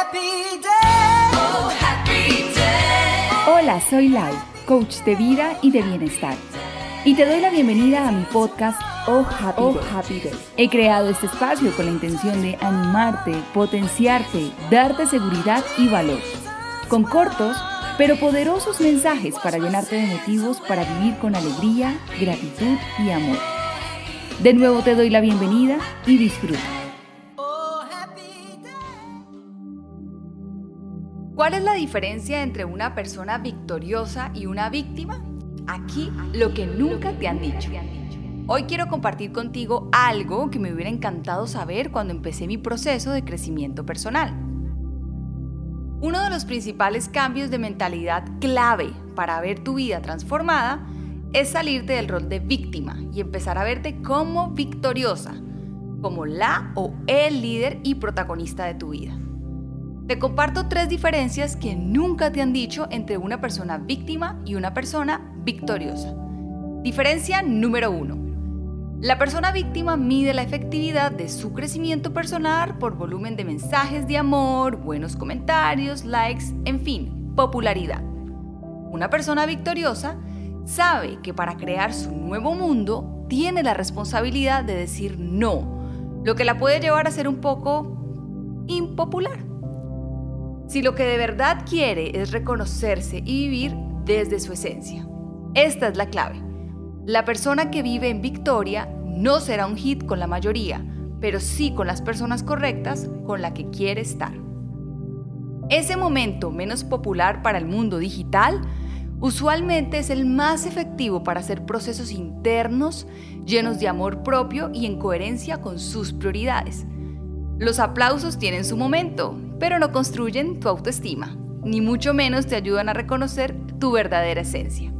happy day. Oh, happy day. Hola, soy Lau, coach de vida y de bienestar. Y te doy la bienvenida a mi podcast Oh Happy Day. He creado este espacio con la intención de animarte, potenciarte, darte seguridad y valor. Con cortos, pero poderosos mensajes para llenarte de motivos para vivir con alegría, gratitud y amor. De nuevo te doy la bienvenida y disfruta. ¿Cuál es la diferencia entre una persona victoriosa y una víctima? Aquí lo que nunca te han dicho. Hoy quiero compartir contigo algo que me hubiera encantado saber cuando empecé mi proceso de crecimiento personal. Uno de los principales cambios de mentalidad clave para ver tu vida transformada es salirte del rol de víctima y empezar a verte como victoriosa, como la o el líder y protagonista de tu vida. Te comparto 3 diferencias que nunca te han dicho entre una persona víctima y una persona victoriosa. Diferencia número 1. La persona víctima mide la efectividad de su crecimiento personal por volumen de mensajes de amor, buenos comentarios, likes, en fin, popularidad. Una persona victoriosa sabe que para crear su nuevo mundo tiene la responsabilidad de decir no, lo que la puede llevar a ser un poco impopular. Si lo que de verdad quiere es reconocerse y vivir desde su esencia. Esta es la clave. La persona que vive en victoria no será un hit con la mayoría, pero sí con las personas correctas con la que quiere estar. Ese momento menos popular para el mundo digital usualmente es el más efectivo para hacer procesos internos llenos de amor propio y en coherencia con sus prioridades. Los aplausos tienen su momento, pero no construyen tu autoestima, ni mucho menos te ayudan a reconocer tu verdadera esencia.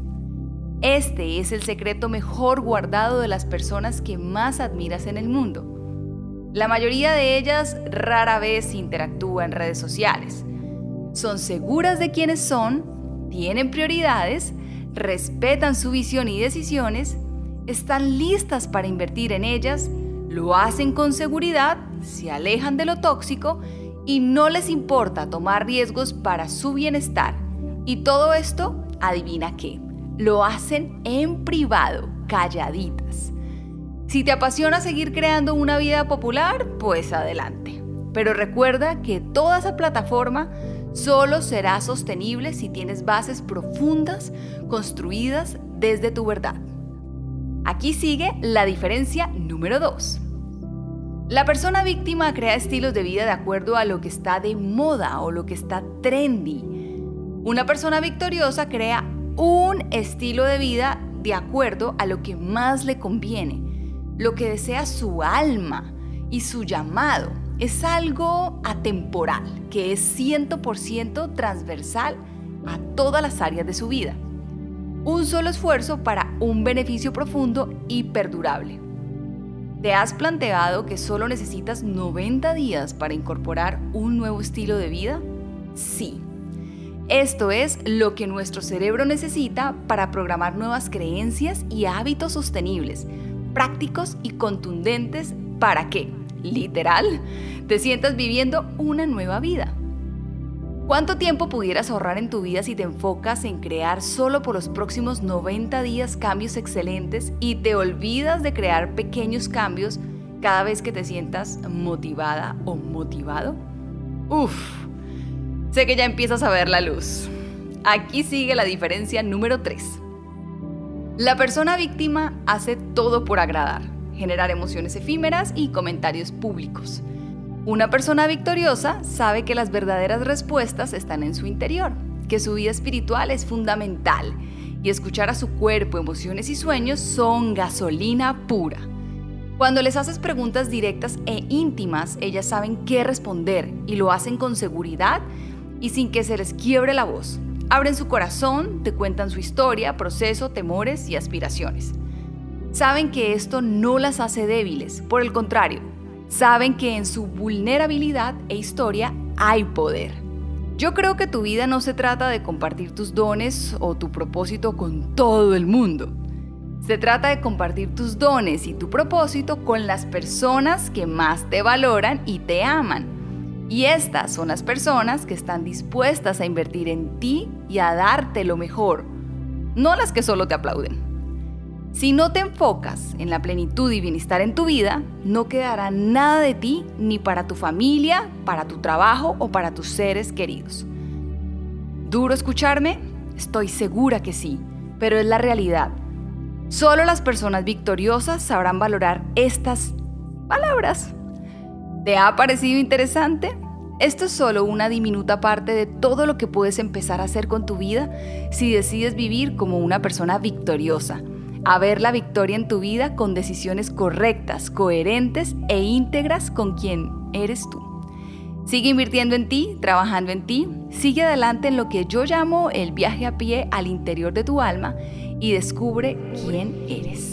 Este es el secreto mejor guardado de las personas que más admiras en el mundo. La mayoría de ellas rara vez interactúa en redes sociales. Son seguras de quiénes son, tienen prioridades, respetan su visión y decisiones, están listas para invertir en ellas, lo hacen con seguridad, se alejan de lo tóxico y no les importa tomar riesgos para su bienestar. Y todo esto, adivina qué, lo hacen en privado, calladitas. Si te apasiona seguir creando una vida popular, pues adelante. Pero recuerda que toda esa plataforma solo será sostenible si tienes bases profundas construidas desde tu verdad. Aquí sigue la diferencia número 2. La persona víctima crea estilos de vida de acuerdo a lo que está de moda o lo que está trendy. Una persona victoriosa crea un estilo de vida de acuerdo a lo que más le conviene, lo que desea su alma y su llamado. Es algo atemporal, que es 100% transversal a todas las áreas de su vida. Un solo esfuerzo para un beneficio profundo y perdurable. ¿Te has planteado que solo necesitas 90 días para incorporar un nuevo estilo de vida? Sí. Esto es lo que nuestro cerebro necesita para programar nuevas creencias y hábitos sostenibles, prácticos y contundentes para que, literal, te sientas viviendo una nueva vida. ¿Cuánto tiempo pudieras ahorrar en tu vida si te enfocas en crear solo por los próximos 90 días cambios excelentes y te olvidas de crear pequeños cambios cada vez que te sientas motivada o motivado? Sé que ya empiezas a ver la luz. Aquí sigue la diferencia número 3. La persona víctima hace todo por agradar, generar emociones efímeras y comentarios públicos. Una persona victoriosa sabe que las verdaderas respuestas están en su interior, que su vida espiritual es fundamental y escuchar a su cuerpo, emociones y sueños son gasolina pura. Cuando les haces preguntas directas e íntimas, ellas saben qué responder y lo hacen con seguridad y sin que se les quiebre la voz. Abren su corazón, te cuentan su historia, proceso, temores y aspiraciones. Saben que esto no las hace débiles, por el contrario, saben que en su vulnerabilidad e historia hay poder. Yo creo que tu vida no se trata de compartir tus dones o tu propósito con todo el mundo. Se trata de compartir tus dones y tu propósito con las personas que más te valoran y te aman. Y estas son las personas que están dispuestas a invertir en ti y a darte lo mejor, no las que solo te aplauden. Si no te enfocas en la plenitud y bienestar en tu vida, no quedará nada de ti ni para tu familia, para tu trabajo o para tus seres queridos. ¿Duro escucharme? Estoy segura que sí, pero es la realidad. Solo las personas victoriosas sabrán valorar estas palabras. ¿Te ha parecido interesante? Esto es solo una diminuta parte de todo lo que puedes empezar a hacer con tu vida si decides vivir como una persona victoriosa, a ver la victoria en tu vida con decisiones correctas, coherentes e íntegras con quien eres tú. Sigue invirtiendo en ti, trabajando en ti, sigue adelante en lo que yo llamo el viaje a pie al interior de tu alma y descubre quién eres.